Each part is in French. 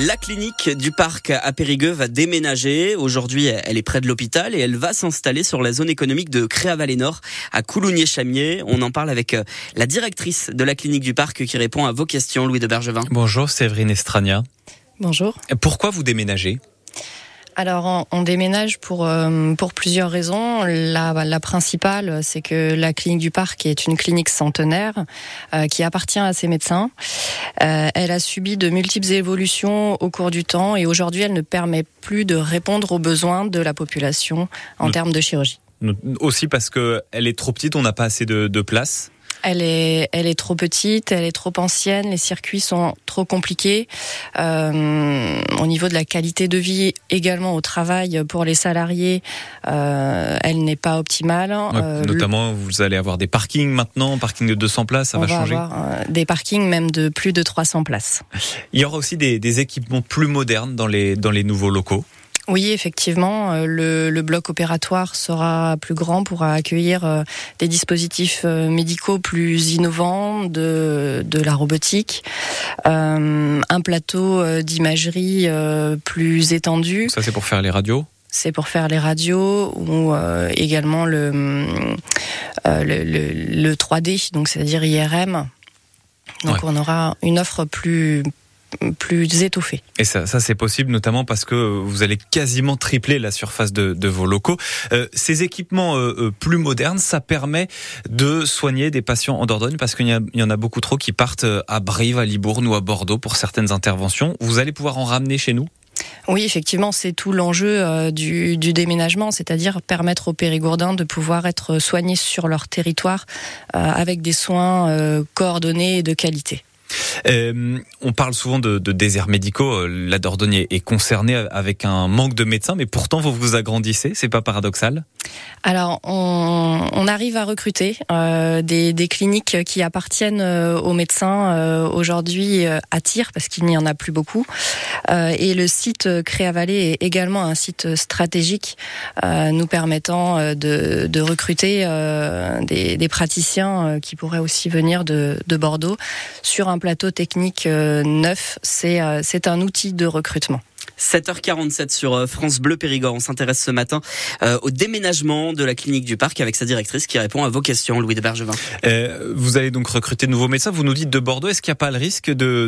La clinique du parc à Périgueux va déménager. Aujourd'hui, elle est près de l'hôpital et elle va s'installer sur la zone économique de Créa-Vallée-Nord à Coulommiers-Chamiers. On en parle avec la directrice de la clinique du parc qui répond à vos questions, Louis de Bergevin. Bonjour, Séverine Estrania. Bonjour. Pourquoi vous déménagez ? Alors, on déménage pour plusieurs raisons. La principale, c'est que la clinique du parc est une clinique centenaire qui appartient à ses médecins. Elle a subi de multiples évolutions au cours du temps et aujourd'hui, elle ne permet plus de répondre aux besoins de la population en termes de chirurgie. Aussi parce qu'elle est trop petite, on n'a pas assez de place. Elle est trop petite, elle est trop ancienne, les circuits sont trop compliqués. Au niveau de la qualité de vie, également au travail pour les salariés, elle n'est pas optimale. Notamment, vous allez avoir des parkings maintenant, parking de 200 places, ça va changer. On va avoir des parkings même de plus de 300 places. Il y aura aussi des équipements plus modernes dans les nouveaux locaux. Oui, effectivement, le bloc opératoire sera plus grand, pourra accueillir des dispositifs médicaux plus innovants, de la robotique, un plateau d'imagerie plus étendu. Ça, c'est pour faire les radios ? C'est pour faire les radios ou également le 3D, donc c'est-à-dire IRM. Donc on aura une offre plus étoffé. Et ça c'est possible notamment parce que vous allez quasiment tripler la surface de vos locaux. Ces équipements plus modernes, ça permet de soigner des patients en Dordogne parce qu'il y en a beaucoup trop qui partent à Brive, à Libourne ou à Bordeaux pour certaines interventions. Vous allez pouvoir en ramener chez nous ? Oui, effectivement, c'est tout l'enjeu du déménagement, c'est-à-dire permettre aux Périgourdins de pouvoir être soignés sur leur territoire avec des soins coordonnés et de qualité. On parle souvent de déserts médicaux. La Dordogne est concernée avec un manque de médecins, mais pourtant vous vous agrandissez, c'est pas paradoxal ? Alors, on arrive à recruter des cliniques qui appartiennent aux médecins aujourd'hui à Tyr, parce qu'il n'y en a plus beaucoup. Et le site Créa-Vallée est également un site stratégique nous permettant de recruter des praticiens qui pourraient aussi venir de Bordeaux sur un plateau technique neuf. C'est un outil de recrutement. 7h47 sur France Bleu Périgord. On s'intéresse ce matin au déménagement de la clinique du parc avec sa directrice qui répond à vos questions, Louis de Bergevin. Vous allez donc recruter de nouveaux médecins. Vous nous dites de Bordeaux. Est-ce qu'il n'y a pas le risque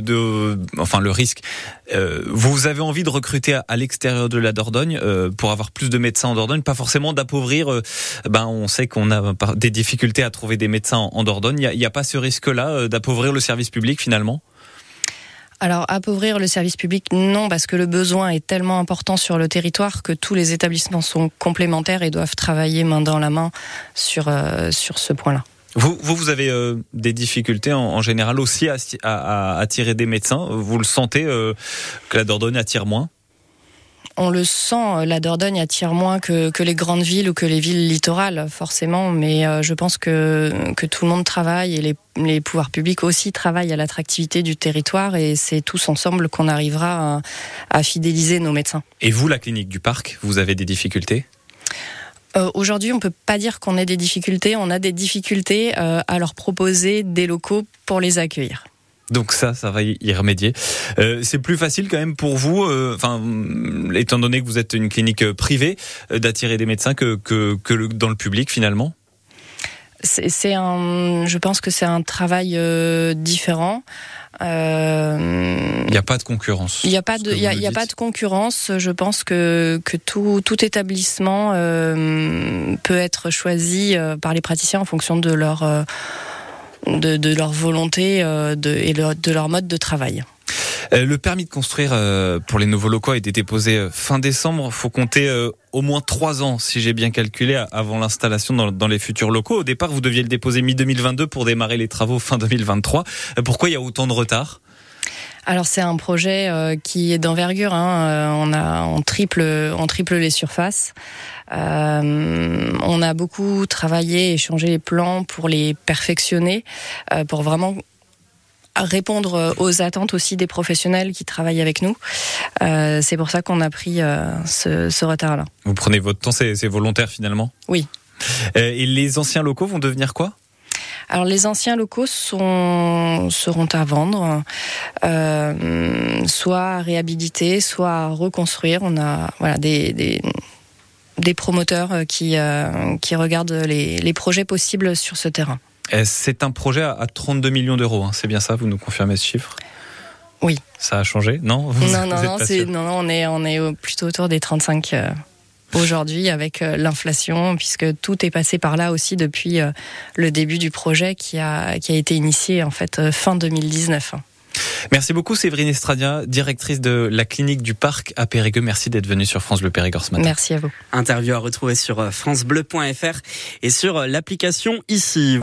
le risque vous avez envie de recruter à l'extérieur de la Dordogne pour avoir plus de médecins en Dordogne, pas forcément d'appauvrir. On sait qu'on a des difficultés à trouver des médecins en Dordogne. Il n'y a pas ce risque-là d'appauvrir le service public finalement ? Alors, appauvrir le service public, non, parce que le besoin est tellement important sur le territoire que tous les établissements sont complémentaires et doivent travailler main dans la main sur ce point-là. Vous avez des difficultés en général aussi à attirer des médecins. Vous le sentez que la Dordogne attire moins ? On le sent, la Dordogne attire moins que les grandes villes ou que les villes littorales, forcément, mais je pense que tout le monde travaille et les pouvoirs publics aussi travaillent à l'attractivité du territoire et c'est tous ensemble qu'on arrivera à fidéliser nos médecins. Et vous, la clinique du parc, vous avez des difficultés ? Aujourd'hui, on peut pas dire qu'on ait des difficultés, on a des difficultés à leur proposer des locaux pour les accueillir. Donc ça va y remédier. C'est plus facile quand même pour vous, étant donné que vous êtes une clinique privée, d'attirer des médecins que dans le public finalement ? Je pense que c'est un travail différent. Il n'y a pas de concurrence. Il n'y a pas de concurrence. Je pense que tout établissement peut être choisi par les praticiens en fonction de leur volonté et de leur mode de travail. Le permis de construire pour les nouveaux locaux a été déposé fin décembre. Il faut compter au moins 3 ans, si j'ai bien calculé, avant l'installation dans les futurs locaux. Au départ, vous deviez le déposer mi-2022 pour démarrer les travaux fin 2023. Pourquoi il y a autant de retard ? Alors c'est un projet qui est d'envergure. On triple les surfaces. On a beaucoup travaillé et changé les plans pour les perfectionner, pour vraiment répondre aux attentes aussi des professionnels qui travaillent avec nous. C'est pour ça qu'on a pris ce retard-là. Vous prenez votre temps, c'est volontaire finalement ? Oui. Et les anciens locaux vont devenir quoi ? Alors les anciens locaux seront à vendre, soit à réhabiliter, soit à reconstruire. On a des promoteurs qui regardent les projets possibles sur ce terrain. C'est un projet à 32 millions d'euros, c'est bien ça, vous nous confirmez ce chiffre ? Oui. Ça a changé ? Non, on est plutôt autour des 35 aujourd'hui avec l'inflation, puisque tout est passé par là aussi depuis le début du projet qui a été initié en fait fin 2019. Merci beaucoup Séverine Estradia, directrice de la clinique du Parc à Périgueux. Merci d'être venue sur France Bleu Périgord ce matin. Merci à vous. Interview à retrouver sur francebleu.fr et sur l'application ici.